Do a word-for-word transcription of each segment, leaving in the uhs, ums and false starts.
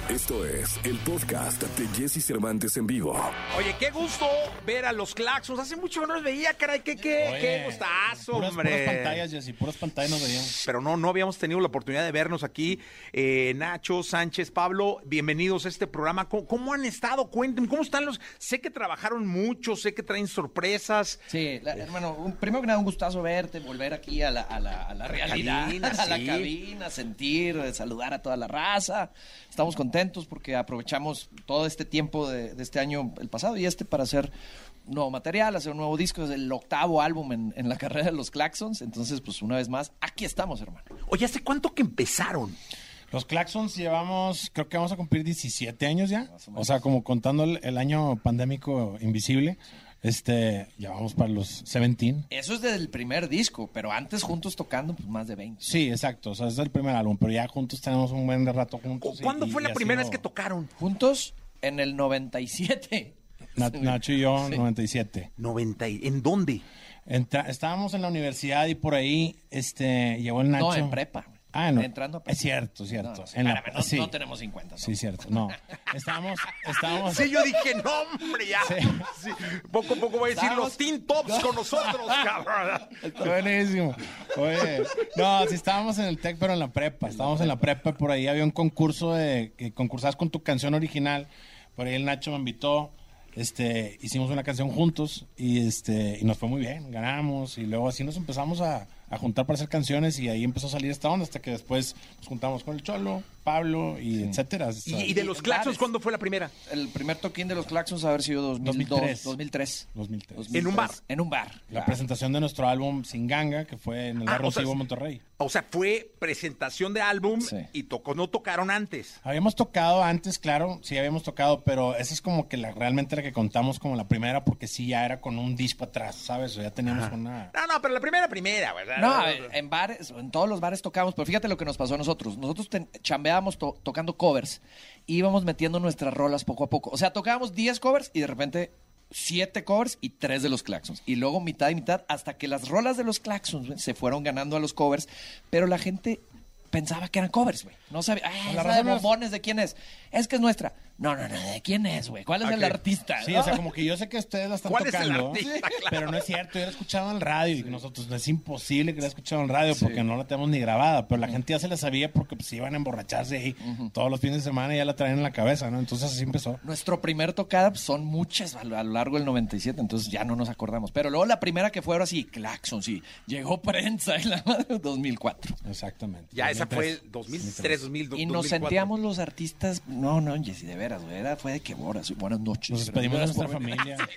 Esto es el podcast de Jesse Cervantes en vivo. Oye, qué gusto ver a los Claxons. Hace mucho que no los veía, caray. Qué, qué, Oye, qué gustazo, puras, hombre. Puras pantallas, Jessy, puras pantallas nos veíamos. Pero no, no habíamos tenido la oportunidad de vernos aquí. Eh, Nacho, Sánchez, Pablo, bienvenidos a este programa. ¿Cómo, cómo han estado? Cuéntenme, ¿cómo están los...? Sé que trabajaron mucho, sé que traen sorpresas. Sí, la, hermano, un, primero que nada, un gustazo verte, volver aquí a la, a la, a la realidad, cabina, a la sí. cabina, sentir, saludar a toda la raza. Estamos contentos porque aprovechamos todo este tiempo de, de este año, el pasado y este, para hacer nuevo material, hacer un nuevo disco. Es el octavo álbum en, en la carrera de los Claxons. Entonces, pues una vez más, aquí estamos, hermano. Oye, ¿hace cuánto que empezaron? Los Claxons llevamos, creo que vamos a cumplir diecisiete años ya. O sea, como contando el, el año pandémico invisible. Este, ya vamos para los diecisiete. Eso es del primer disco, pero antes juntos tocando, pues más de veinte. Sí, exacto. O sea, es el primer álbum, pero ya juntos tenemos un buen rato juntos. ¿Cuándo y, fue y la ha primera sido... vez que tocaron? Juntos en el noventa y siete. Na- Nacho y yo, Sí. noventa y siete. noventa. ¿En dónde? Entra- estábamos en la universidad y por ahí este, llegó el Nacho. No, en prepa. Ah, no. Entrando a prepa. Es cierto, cierto. No, no, En la- espérame, no, sí. no tenemos cincuenta. ¿no? Sí, cierto. No. Estábamos, estábamos. Sí, yo dije, no, hombre, ya. Sí. Sí. Poco a poco voy a decir Estamos- los Teen Tops con nosotros, cabrón. Buenísimo. Oye, no, sí estábamos en el TEC, pero en la prepa. Estábamos en la prepa, por ahí había un concurso de que concursabas con tu canción original. Por ahí el Nacho me invitó. Este, hicimos una canción juntos y este y nos fue muy bien, ganamos y luego así nos empezamos a, a juntar para hacer canciones y ahí empezó a salir esta onda hasta que después nos juntamos con el Cholo, Pablo y etcétera. ¿Y, y de los Claxons cuándo fue la primera? El primer toquín de los Claxons haber sido dos mil dos, dos mil tres. dos mil tres. dos mil tres. ¿En un bar? En un bar. La claro. presentación de nuestro álbum Sin Ganga, que fue en el Ah, Barrio o sea, Antiguo, Monterrey. O sea, fue presentación de álbum Sí. y tocó, no tocaron antes. Habíamos tocado antes, claro, sí habíamos tocado, pero esa es como que la, realmente la que contamos como la primera, porque sí ya era con un disco atrás, ¿sabes? O ya teníamos Ajá. una... No, no, pero la primera, primera, ¿verdad? No, a ver, en bares, en todos los bares tocamos, pero fíjate lo que nos pasó a nosotros. Nosotros ten- chambeábamos to- tocando covers, íbamos metiendo nuestras rolas poco a poco. O sea, tocábamos diez covers y de repente siete covers y tres de los Claxons. Y luego mitad y mitad, hasta que las rolas de los Claxons, güey, se fueron ganando a los covers, pero la gente pensaba que eran covers, güey. No sabía, ah, La esa de razón es- Bombones, ¿de quién es? Es que es nuestra. No, no, no, ¿de quién es, güey? ¿Cuál es Ok. el artista? Sí, ¿no? o sea, como que yo sé que ustedes la están ¿Cuál es el tocando, artista? Claro. pero no es cierto, yo la he escuchado en el radio y nosotros es imposible que la he escuchado en el radio porque no la tenemos ni grabada, pero la gente ya se la sabía porque pues iban a emborracharse ahí todos los fines de semana y ya la traían en la cabeza, ¿no? Entonces así empezó. Nuestro primer tocada pues, son muchas a lo, a lo largo del noventa y siete, entonces ya no nos acordamos. Pero luego la primera que fue ahora sí, Claxon, sí. Llegó prensa en la madre dos mil cuatro. Exactamente. Ya, esa fue dos mil tres. dos mil tres, dos mil dos, Y nos dos mil cuatro. sentíamos los artistas, no, no, Jessy, de veras, güey, era, fue de que horas, buenas noches. Nos despedimos de Gracias nuestra por venir. familia,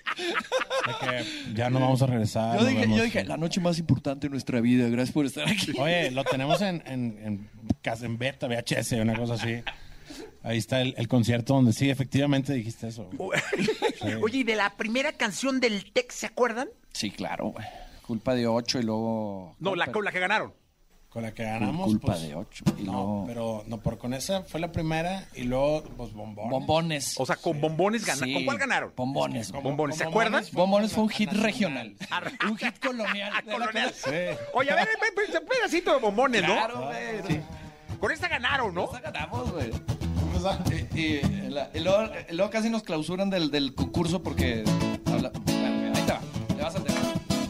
de que ya no vamos a regresar. Yo nos dije, vemos. yo dije, la noche más importante de nuestra vida, gracias por estar aquí. Oye, lo tenemos en, en, en, casa- en beta, V H S, una cosa así. Ahí está el, el concierto donde sí, efectivamente dijiste eso. Oye, ¿y de la primera canción del Tex se acuerdan? Sí, claro, güey. Culpa de ocho y luego... No, la, con la que ganaron. Con la que ganamos. Culpa pues, de ocho. Y No, luego... pero no, por con esa fue la primera y luego, pues, bombones. Bombones. O sea, con Bombones ganaron. Sí, ¿Con cuál ganaron? Bombones. Como- Bombones, ¿se como acuerdan? fue Bombones fue un a hit nacional. regional. Un hit colonial. Ah, colonial. Sí. Oye, a ver, ve- ve- un pedacito de Bombones, ¿no? Claro, güey. Con esta ganaron, ¿no? Esta ganamos, güey. O sea, Y, y la- y luego, y luego casi nos clausuran del, del concurso porque... habla- bueno, ahí te va. Le vas a tener.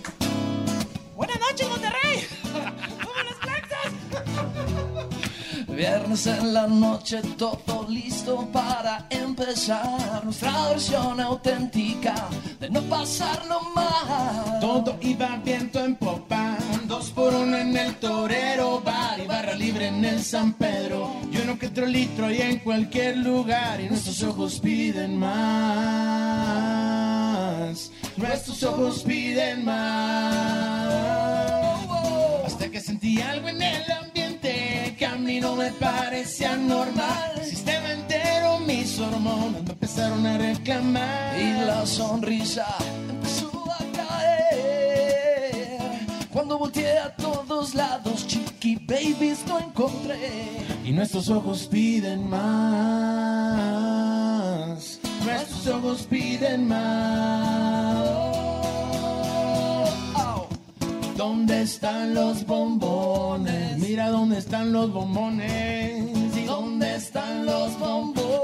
Buenas noches, Monterrey. ¡Somos los Claxons! Viernes en la noche, todo listo para empezar nuestra versión auténtica de no pasarlo mal. todo iba viento en popa, dos por uno en el Torero Bar y barra libre en el San Pedro y uno que otro litro y en cualquier lugar y nuestros ojos piden más, nuestros ojos piden más, hasta que sentí algo en el ambiente que a mí no me parecía normal, el sistema entero, mis hormonas me empezaron a reclamar Y la sonrisa empezó a caer cuando volteé a todos lados, chiqui babies no encontré. y nuestros ojos piden más, nuestros ojos piden más. Oh, ¿Dónde están los bombones? Mira dónde están los bombones. ¿Y dónde están los bombones?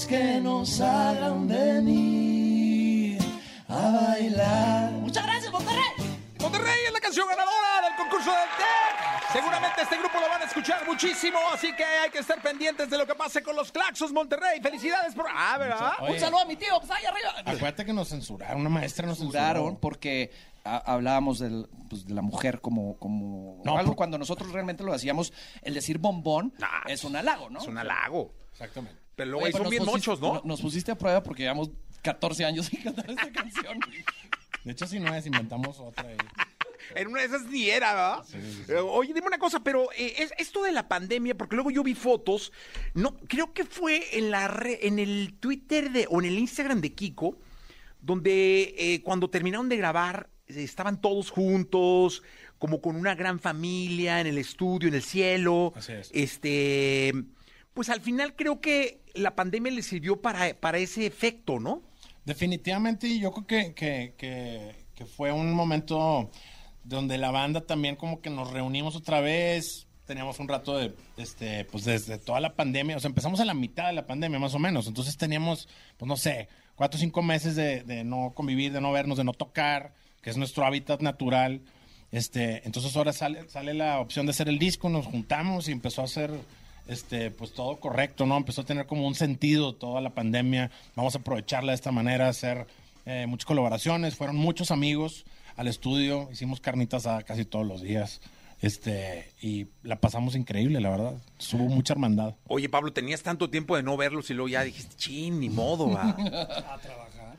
que nos hagan venir a bailar. Muchas gracias, Monterrey. Monterrey es la canción ganadora del concurso del TEC. Seguramente este grupo lo van a escuchar muchísimo, así que hay que estar pendientes de lo que pase con los Claxos Monterrey. Felicidades por... Ah, ¿verdad? Oye, un saludo a mi tío, pues ahí arriba. Acuérdate que nos censuraron, una maestra nos Censuraron censuró. porque a, hablábamos del, pues, de la mujer como, como No, algo por... cuando nosotros realmente lo hacíamos, el decir bombón Ah, es un halago, ¿no? Es un halago. Exactamente. Pero luego Oye, ahí pero son bien nos pusiste- muchos, ¿no? Nos pusiste a prueba porque llevamos catorce años sin cantar esta canción. De hecho, si no es, inventamos otra. ahí. En una de esas ni era, ¿verdad? Sí, sí, sí. Eh, oye, dime una cosa, pero eh, es, esto de la pandemia, porque luego yo vi fotos, no, creo que fue en la re- en el Twitter de, o en el Instagram de Kiko, donde eh, cuando terminaron de grabar, eh, estaban todos juntos, como con una gran familia, en el estudio, en el cielo. Así es. Este, pues al final creo que la pandemia le sirvió para, para ese efecto, ¿no? Definitivamente, yo creo que, que, que, que fue un momento donde la banda también como que nos reunimos otra vez. Teníamos un rato de, este, pues desde toda la pandemia, o sea, empezamos a la mitad de la pandemia más o menos. Entonces teníamos, pues no sé, cuatro o cinco meses de, de no convivir, de no vernos, de no tocar, que es nuestro hábitat natural. Este, entonces ahora sale, sale la opción de hacer el disco, nos juntamos y empezó a hacer, este, pues todo correcto, ¿no? Empezó a tener como un sentido toda la pandemia. Vamos a aprovecharla de esta manera, hacer eh, muchas colaboraciones. Fueron muchos amigos al estudio, hicimos carnitas a casi todos los días. Este, y la pasamos increíble, la verdad. Hubo mucha hermandad. Oye, Pablo, tenías tanto tiempo de no verlos y luego ya dijiste, chin, ni modo, va. A trabajar.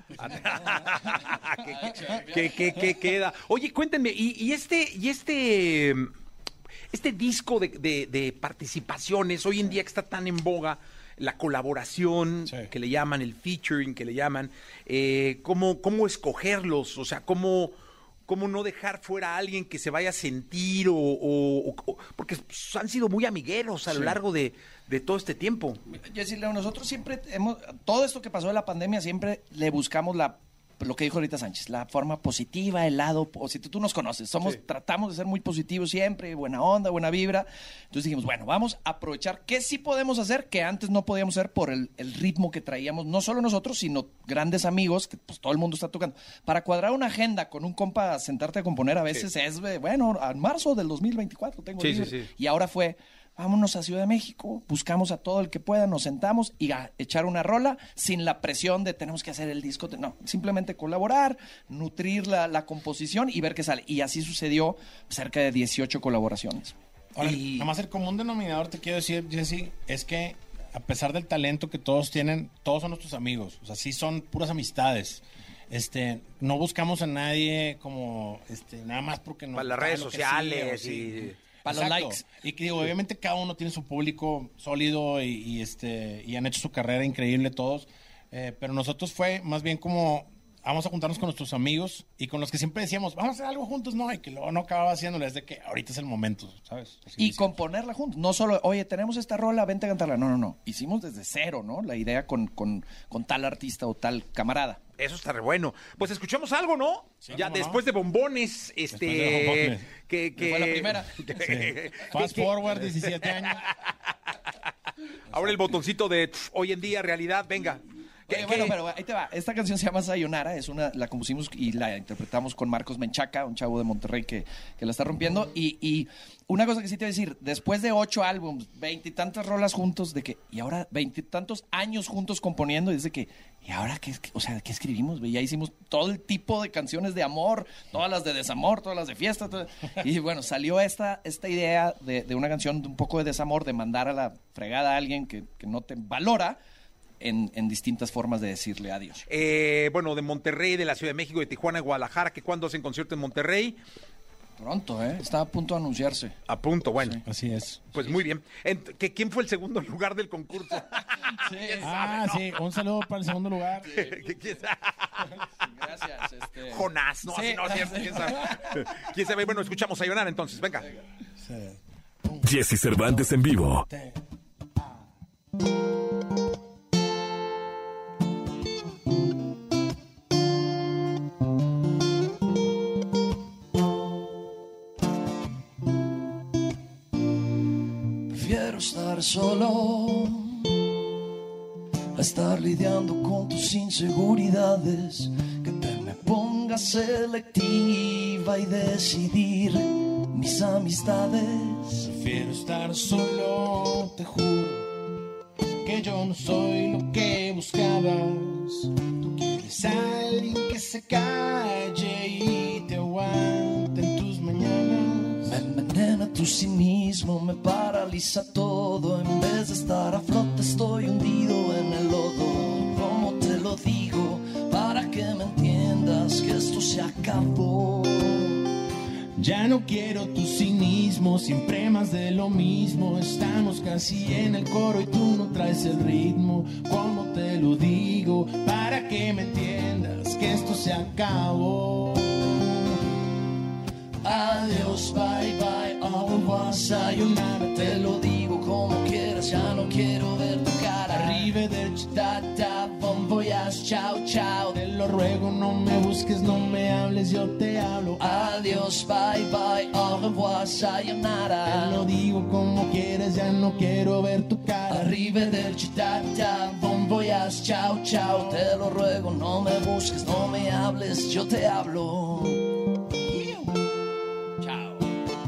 ¿Qué, qué, qué- qué queda? Oye, cuéntenme, y, y este, y este, este disco de, de- de participaciones, hoy en día que está tan en boga, la colaboración, Sí. que le llaman, el featuring, que le llaman, eh, ¿cómo, cómo escogerlos? O sea, ¿cómo, cómo no dejar fuera a alguien que se vaya a sentir o, o- o- porque han sido muy amigueros a lo largo de, de todo este tiempo? Jessy Leo, nosotros siempre hemos, todo esto que pasó de la pandemia, siempre le buscamos la, lo que dijo ahorita Sánchez, la forma positiva, el lado positivo. Tú nos conoces, somos, Sí. tratamos de ser muy positivos siempre, buena onda, buena vibra. Entonces dijimos, bueno, vamos a aprovechar qué sí podemos hacer, que antes no podíamos hacer por el, el ritmo que traíamos, no solo nosotros, sino grandes amigos, que pues todo el mundo está tocando. Para cuadrar una agenda con un compa, sentarte a componer a veces es, eh, bueno, en marzo del dos mil veinticuatro tengo Sí, libre. sí, sí. Y ahora fue, vámonos a Ciudad de México, buscamos a todo el que pueda, nos sentamos y a echar una rola sin la presión de tenemos que hacer el disco. No, simplemente colaborar, nutrir la, la composición y ver qué sale. Y así sucedió cerca de dieciocho colaboraciones. Ahora, Y- nada más el común denominador, te quiero decir, Jesse, es que a pesar del talento que todos tienen, todos son nuestros amigos. O sea, sí son puras amistades. Este, no buscamos a nadie como, este, nada más porque no. Para las para redes lo que sociales sigue, o y- sí. Para los Exacto. likes. Y que digo, obviamente cada uno tiene su público sólido y, y, este, y han hecho su carrera increíble todos. Eh, pero nosotros fue más bien como vamos a juntarnos con nuestros amigos y con los que siempre decíamos, vamos a hacer algo juntos, no, y que luego no acababa haciéndolo, es de que ahorita es el momento, ¿sabes? Así Y decíamos. componerla juntos. No solo, oye, tenemos esta rola, vente a cantarla. No, no, no. Hicimos desde cero, ¿no? La idea con, con, con tal artista o tal camarada. Eso está re bueno. Pues escuchamos algo, ¿no? ya cómo no. después de bombones, este. Después de Bombones. Que, que, fue la primera. que- Fast que- forward, diecisiete años. Ahora el botoncito de pf, hoy en día, realidad, venga. Oye, ¿Qué- bueno, qué? pero ahí te va. Esta canción se llama Sayonara, es una, la compusimos y la interpretamos con Marcos Menchaca, un chavo de Monterrey que, que la está rompiendo. Y, y una cosa que sí te voy a decir, después de ocho álbumes, veintitantas rolas juntos, de que, y ahora veintitantos años juntos componiendo, y dice que, ¿y ahora qué, es- o sea, qué escribimos? Ya hicimos todo el tipo de canciones de amor, todas las de desamor, todas las de fiesta. todo- y bueno, salió esta, esta idea de, de una canción de un poco de desamor, de mandar a la fregada a alguien que, que no te valora. En, en distintas formas de decirle adiós. Eh, bueno, de Monterrey, de la Ciudad de México, de Tijuana, de Guadalajara, que cuando hacen concierto en Monterrey, Pronto, ¿eh? Está a punto de anunciarse. a punto, bueno. Así es. Pues muy bien. Ent- ¿que ¿Quién fue el segundo lugar del concurso? Ah, sí, un saludo para el segundo lugar. ¿Qué- quién sabe? Gracias. Este... Jonás, no, Sí. así no, ¿cierto? ¿Quién sabe? ¿Quién sabe? Bueno, escuchamos a Llorar entonces, venga. Sí. Jesse Cervantes en vivo. Prefiero estar solo a estar lidiando con tus inseguridades, que te me pongas selectiva y decidir mis amistades. Prefiero estar solo, te juro, que yo no soy lo que buscabas. Tú quieres a alguien que se calle y te aguante en tus mañanas. Me envenena tu cinismo, me paraliza todo. En vez de estar a flote estoy hundido en el lodo. ¿Cómo te lo digo para que me entiendas que esto se acabó? Ya no quiero tu cinismo, siempre más de lo mismo. Estamos casi en el coro y tú no traes el ritmo. ¿Cómo te lo digo para que me entiendas que esto se acabó? Adiós, bye bye, au revoir, sayonara. Te lo digo como quieras, ya no quiero ver tu cara. Arrivederci, Ta-ta, bon voyage, chao, chao. te lo ruego, no me busques, no me hables, yo te hablo. Adiós, bye bye, au revoir, sayonara. Te lo digo como quieras, ya no quiero ver tu cara. Arrivederci, ta-ta, bon voyage, chao, chao. Te lo ruego, no me busques, no me hables, yo te hablo. Chao.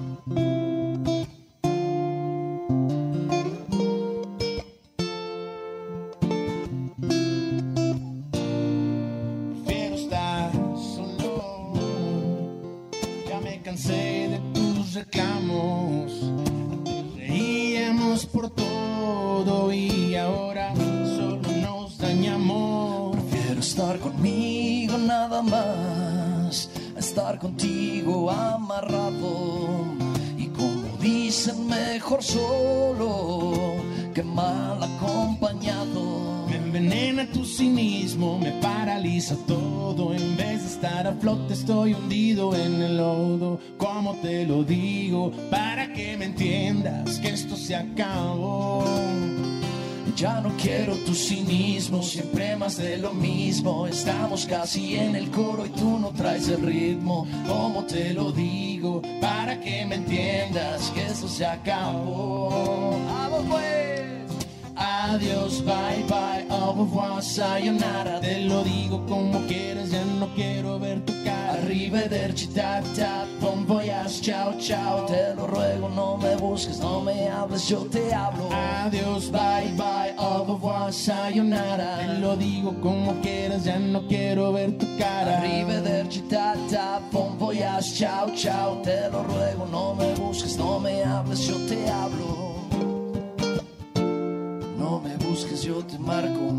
Prefiero estar solo, ya me cansé de tus reclamos. Antes reíamos por todo y ahora solo nos dañamos. Prefiero estar conmigo nada más, a estar contigo amarrado. Y como dicen, mejor solo que mal acompañado. Me envenena tu cinismo, me paraliza todo. En vez de estar a flote estoy hundido en el lodo. ¿Cómo te lo digo para que me entiendas que esto se acabó? Ya no quiero tu cinismo, siempre más de lo mismo. Estamos casi en el coro y tú no traes el ritmo. ¿Cómo te lo digo para que me entiendas que esto se acabó? ¡Vamos pues! Adiós, bye bye, au revoir, sayonara. Te lo digo como quieras, ya no quiero ver tu cara. Arrivederci, ta-ta, bon voyage, chao, chao. Te lo ruego, no me busques, no me hables, yo te hablo. Adiós, bye bye, au revoir, sayonara. Te lo digo como quieras, ya no quiero ver tu cara. Arrivederci, ta-ta, bon voyage, chao, chao. Te lo ruego, no me busques, no me hables, yo te hablo. No me busques, yo te marco.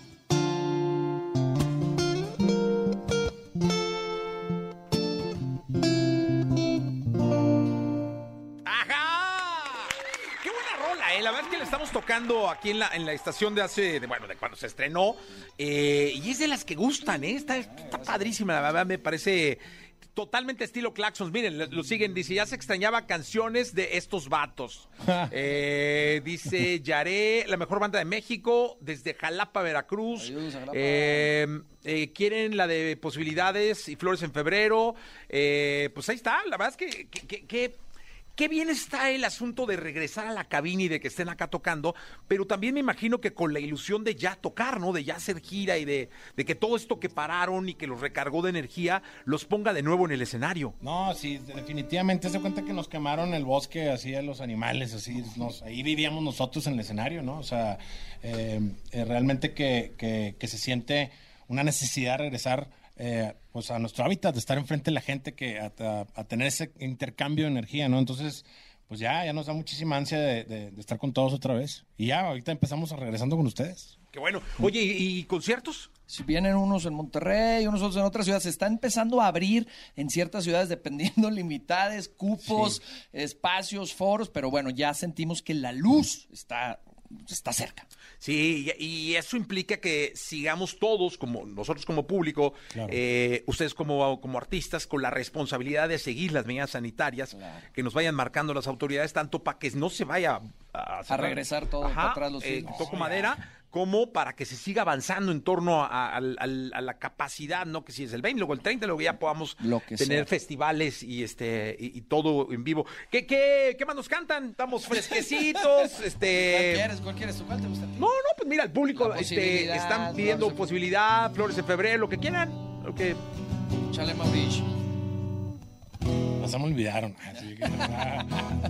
¡Ajá! ¡Qué buena rola, eh! La verdad es que la estamos tocando aquí en la, en la estación de hace, de, bueno, de cuando se estrenó. Eh, y es de las que gustan, ¿eh? Está, está padrísima, la verdad, me parece totalmente estilo Claxons. Miren, lo, lo siguen, dice, ya se extrañaba canciones de estos vatos. eh, dice, Yaré, la mejor banda de México, desde Jalapa, Veracruz. Ayúdanos a Jalapa. Eh, eh, quieren la de Posibilidades y Flores en Febrero. Eh, pues ahí está, la verdad es que... que, que, que Qué bien está el asunto de regresar a la cabina y de que estén acá tocando, pero también me imagino que con la ilusión de ya tocar, ¿no? De ya hacer gira y de, de que todo esto que pararon y que los recargó de energía los ponga de nuevo en el escenario. No, sí, definitivamente se cuenta que nos quemaron el bosque, así a los animales, así, nos, ahí vivíamos nosotros en el escenario, ¿no? O sea, eh, eh, realmente que, que, que se siente una necesidad de regresar eh, pues a nuestro hábitat, de estar enfrente de la gente, que a, a, a tener ese intercambio de energía, ¿no? Entonces, pues ya, ya nos da muchísima ansia de, de, de estar con todos otra vez. Y ya, ahorita empezamos a regresando con ustedes. Qué bueno. Oye, ¿y, y conciertos? Si vienen unos en Monterrey, unos otros en otras ciudades, se está empezando a abrir en ciertas ciudades dependiendo limitades, cupos, sí, espacios, foros, pero bueno, ya sentimos que la luz está, está cerca. Sí, y, y eso implica que sigamos todos, como nosotros como público, claro, eh, ustedes como, como artistas, con la responsabilidad de seguir las medidas sanitarias, claro, que nos vayan marcando las autoridades, tanto para que no se vaya a, a regresar todo Ajá, para atrás los eh, no, toco ya. madera, como para que se siga avanzando en torno a, a- a- a la capacidad, ¿no? Que si es el veinte, luego el treinta, luego ya podamos Lo que tener sea. festivales y este y, y todo en vivo. ¿Qué, qué, qué más nos cantan? Estamos fresquecitos, ¿Cuál este... quieres? ¿Cuál quieres tú? ¿Cuál te gusta a ti? No, no, pues mira, el público La este, posibilidad, están pidiendo Flores en- posibilidad, Flores en febrero, lo que quieran. Lo que... Chale, Mauricio. Las me olvidaron. Así que, ah,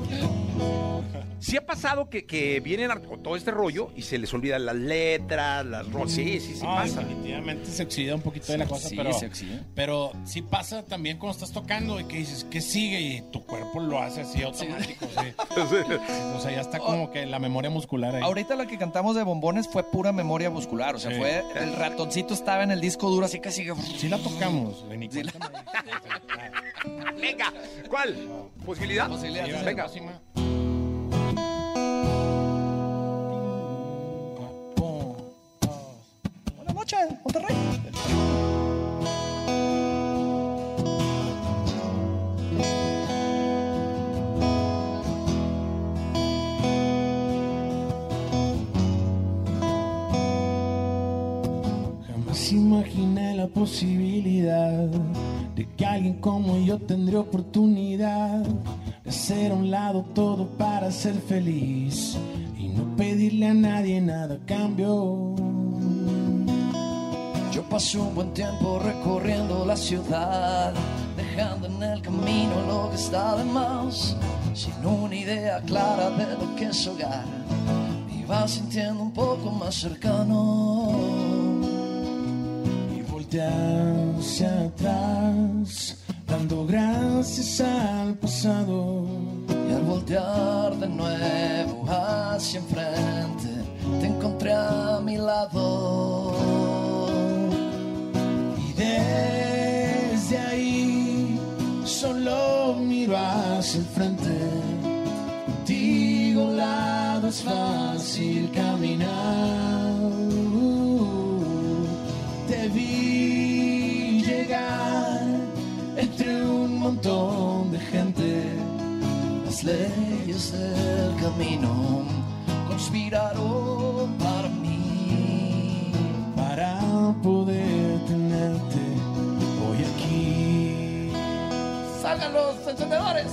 Sí ha pasado que, que vienen a- con todo este rollo y se les olvidan las letras, las ro- sí, sí, sí no, pasa. definitivamente se oxida un poquito de la cosa, Sí, pero, se oxida. pero sí pasa también cuando estás tocando y que dices, ¿qué sigue? Y tu cuerpo lo hace así automático. Sí. O sea, ya está como que la memoria muscular ahí. Ahorita la que cantamos de bombones fue pura memoria muscular. O sea, Sí. fue. El ratoncito estaba en el disco duro, así casi. Sí la tocamos, güey, ni Sí cuenta me di. Venga, ¿cuál? ¿Posibilidad? Posibilidad, Sí, va, Venga. próxima. Buenas noches, Monterrey. Jamás imaginé la posibilidad de que alguien como yo tendría oportunidad de hacer a un lado todo para ser feliz y no pedirle a nadie nada a cambio. Yo pasé un buen tiempo recorriendo la ciudad, dejando en el camino lo que está de más, sin una idea clara de lo que es hogar. Me iba sintiendo un poco más cercano. Y voltear hacia atrás, dando gracias al pasado. Y al voltear de nuevo hacia enfrente, te encontré a mi lado. Y desde ahí solo miro hacia el frente. Contigo a un lado es fácil caminar. Te vi llegar entre un montón de gente. Las leyes del camino conspiraron para mí. Para poder tenerte hoy aquí. ¡Salgan los encendedores!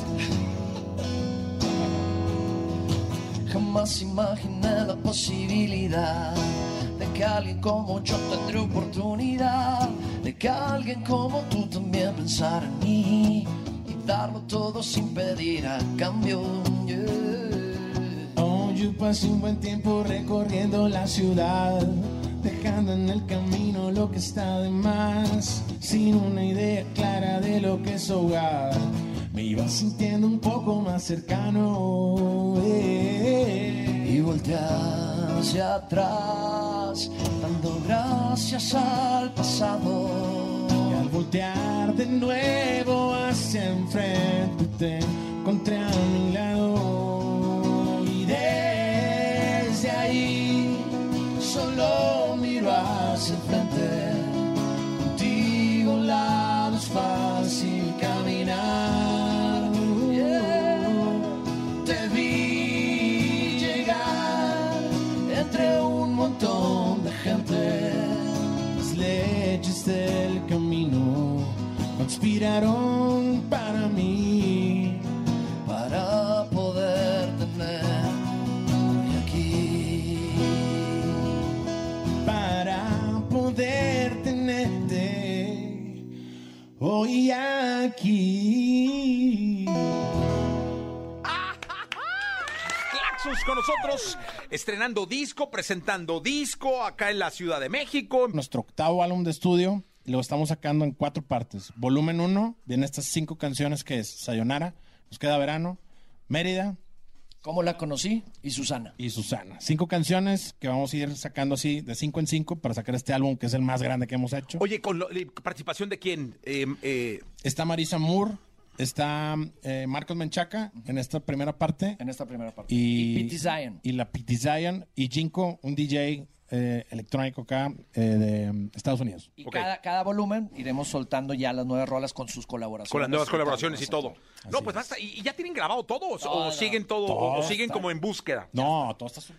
Jamás imaginé la posibilidad de que alguien como yo tendría oportunidad, de que alguien como tú también pensara en mí y darlo todo sin pedir a cambio. Yeah. Oh, yo pasé un buen tiempo recorriendo la ciudad, dejando en el camino lo que está de más, sin una idea clara de lo que es hogar. Me iba sintiendo un poco más cercano, eh. Y voltear hacia atrás, dando gracias al pasado. Y al voltear de nuevo hacia enfrente te encontré a mi lado. Y desde ahí solo miro hacia el frente. Contigo a un lado es fácil caminar. Te vi llegar entre un montón de gente. Las leyes del camino conspiraron para mí, Para poder tener aquí. para poder tenerte hoy aquí. Claxus con nosotros, estrenando disco, presentando disco acá en la Ciudad de México. Nuestro octavo álbum de estudio lo estamos sacando en cuatro partes. Volumen uno, vienen estas cinco canciones que es Sayonara, Nos queda verano, Mérida ¿Cómo la conocí? Y Susana. y Susana. Cinco canciones que vamos a ir sacando así de cinco en cinco para sacar este álbum que es el más grande que hemos hecho. Oye, ¿con lo- eh, participación de quién? Eh, eh, Está Marisa Moore, está eh, Marcos Menchaca en esta primera parte. En esta primera parte. Y, Y Pete Zion. Y la Pete Zion y Jinko, un D J eh, electrónico acá eh, de um, Estados Unidos. Y Ok. cada, cada volumen iremos soltando ya las nueve rolas con sus colaboraciones. con las nuevas colaboraciones y todo. No, Así pues es. basta. ¿Y y ya tienen grabado todo? ¿O, Todo. o siguen todo? Todo ¿O siguen está- como en búsqueda? No, todo está súper grabado.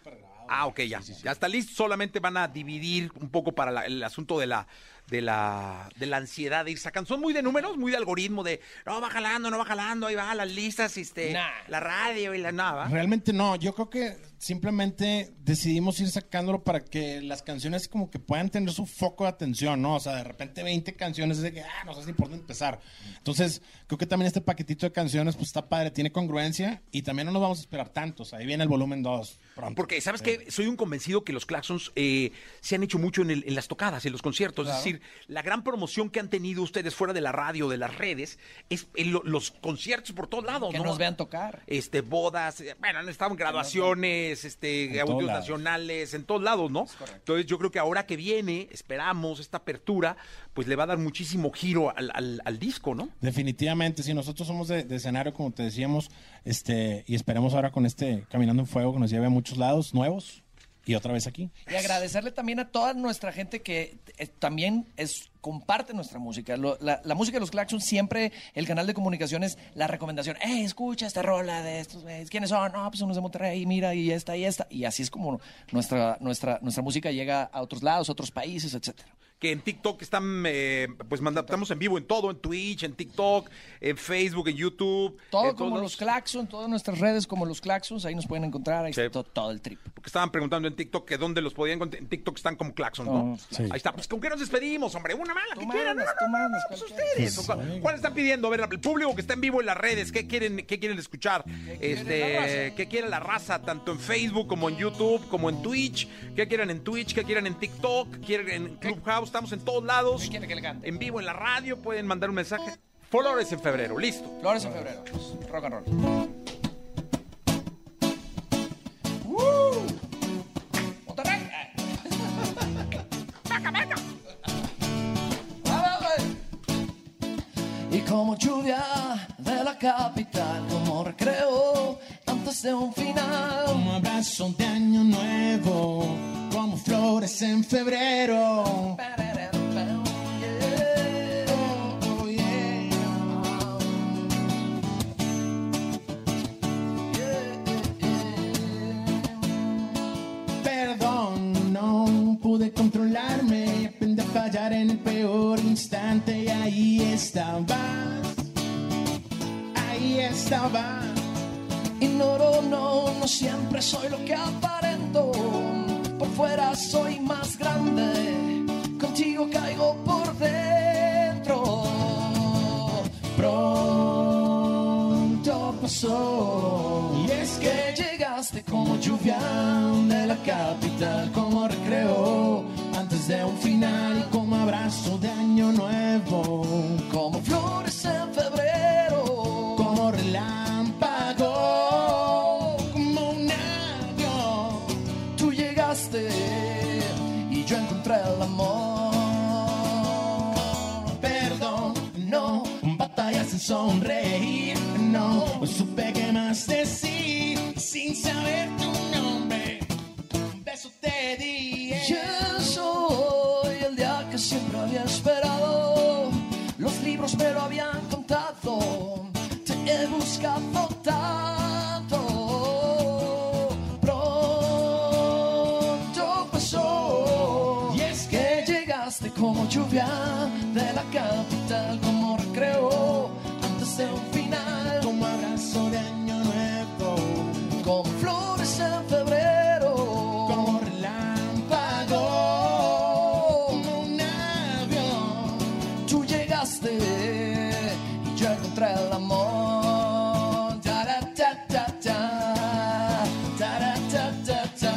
Ah, ok, ya. Sí, sí, sí. Ya está listo. Solamente van a dividir un poco para la- el asunto de la, de la, de la ansiedad de ir sacando. Son muy de números, muy de algoritmo, de no va jalando, no va jalando, ahí va, las listas, este, Nah. la radio y la nada. Realmente no, yo creo que simplemente decidimos ir sacándolo para que las canciones como que puedan tener su foco de atención, ¿no? O sea, de repente veinte canciones es de que, ah, nos hace importante empezar. Entonces, creo que también este paquetito de canciones, pues está padre, tiene congruencia y también no nos vamos a esperar tantos. Ahí viene el volumen dos pronto. Porque, ¿sabes qué? Soy un convencido que los Claxons eh, se han hecho mucho en, el- en las tocadas, en los conciertos. Claro. Es decir, la gran promoción que han tenido ustedes fuera de la radio, de las redes, es en lo- los conciertos por todos lados, Que ¿no? nos vean tocar. Este, bodas, eh, bueno, han estado en graduaciones, este, En todos audios lados. nacionales, en todos lados, ¿no? correcto. Entonces yo creo que ahora que viene, esperamos esta apertura, pues le va a dar muchísimo giro al, al- al disco, ¿no? Definitivamente, sí, nosotros somos de, de escenario, como te decíamos, este, y esperemos ahora con este Caminando en Fuego que nos lleve a muchos lados nuevos y otra vez aquí. Y agradecerle también a toda nuestra gente que eh, también es comparte nuestra música. Lo- la, la música de los Claxons siempre, el canal de comunicaciones, la recomendación, hey, escucha esta rola de estos güeyes. ¿Quiénes son? No, pues unos de Monterrey, mira, y esta, y esta. Y así es como nuestra, nuestra, nuestra música llega a otros lados, a otros países, etcétera. Que en TikTok están, eh, pues manda- estamos en vivo en todo, en Twitch, en TikTok, en Facebook, en YouTube. Todo en como todos los lados. Claxons, todas nuestras redes como los Claxons, ahí nos pueden encontrar, ahí Sí. está todo, todo el trip. Porque estaban preguntando en TikTok que dónde los podían encontrar. En TikTok están como Claxon, ¿no? Oh, sí. Ahí está. Pues con qué nos despedimos, hombre. Una mala, Tú que quieran. No, mandas, no, tú no, no, mandas, no, pues cualquiera. ustedes. Pues, ¿Cuál, oiga. cuál están pidiendo? A ver, el público que está en vivo en las redes, ¿qué quieren, qué quieren escuchar? Este, ¿qué quiere la raza? Tanto en Facebook como en YouTube, como en Twitch. ¿Qué quieren en Twitch? ¿Qué quieren en TikTok? ¿Quieren en Clubhouse? Estamos en todos lados. ¿Qué quiere que le cante? En vivo en la radio, pueden mandar un mensaje. Flores en febrero, listo. Flores en febrero. Rock and roll. Monterrey. Y como lluvia de la capital, como recreo antes de un final. Como abrazo de año nuevo, como flores en febrero. Oh, yeah. Perdón, no pude controlarme, aprendí a fallar en el peor instante y ahí estabas, ahí estabas. Ignoro, no, no siempre soy lo que aparento. Por fuera soy más grande, contigo caigo por dentro. Pronto pasó, y es que llegaste como lluvia de la capital, como recreo antes de un final y como abrazo de año nuevo, como flores en febrero, Como relámpago, como un avión. tú llegaste y yo encontré el amor. Perdón, no, batallas en sonreír, no, supe que más decir sin saber tu nombre. Un beso te di. Yo soy el día que siempre había esperado. Los libros me lo habían contado. Te he buscado tanto. Pronto pasó. Y es que llegaste como lluvia de la capital, como recreo antes de un final, Como abrazo de año nuevo, como flores en febrero, como relámpago, como un avión. tú llegaste y yo encontré el amor. Taratata, taratata,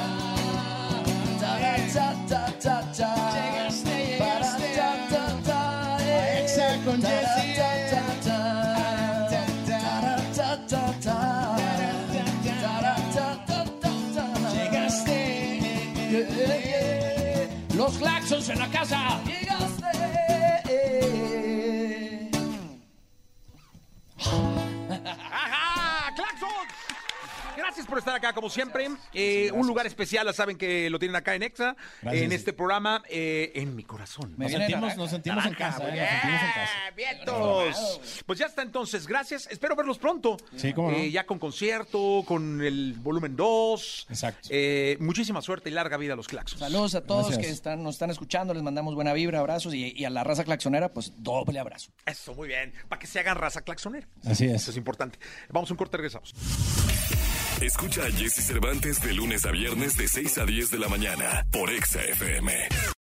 taratata. Llegaste, llegaste. Taratata, Exa con Jessie. taratata, taratata, taratata. Llegaste. Yeah, yeah. Los Claxons en la casa. Llegaste. ¡Ajá! ¡Claxon! Gracias Gracias por estar acá, como siempre. Eh, un lugar especial, ya saben que lo tienen acá en Exa, Gracias. en este programa, eh, en mi corazón. Me Nos viene sentimos, naranja. nos sentimos en casa, eh, nos sentimos en casa. ¡Vientos! Pues ya está entonces, gracias. Espero verlos pronto. Sí, cómo no. Eh, ya con concierto, con el volumen dos. Exacto. Eh, muchísima suerte y larga vida a los Claxons. Saludos a todos Gracias. que están, nos están escuchando, les mandamos buena vibra, abrazos y, y a la raza claxonera, pues doble abrazo. Eso, muy bien. Para que se hagan raza claxonera. Así es. Eso es importante. Vamos a un corte, regresamos. Escucha a Jesse Cervantes de lunes a viernes de seis a diez de la mañana por Exa F M.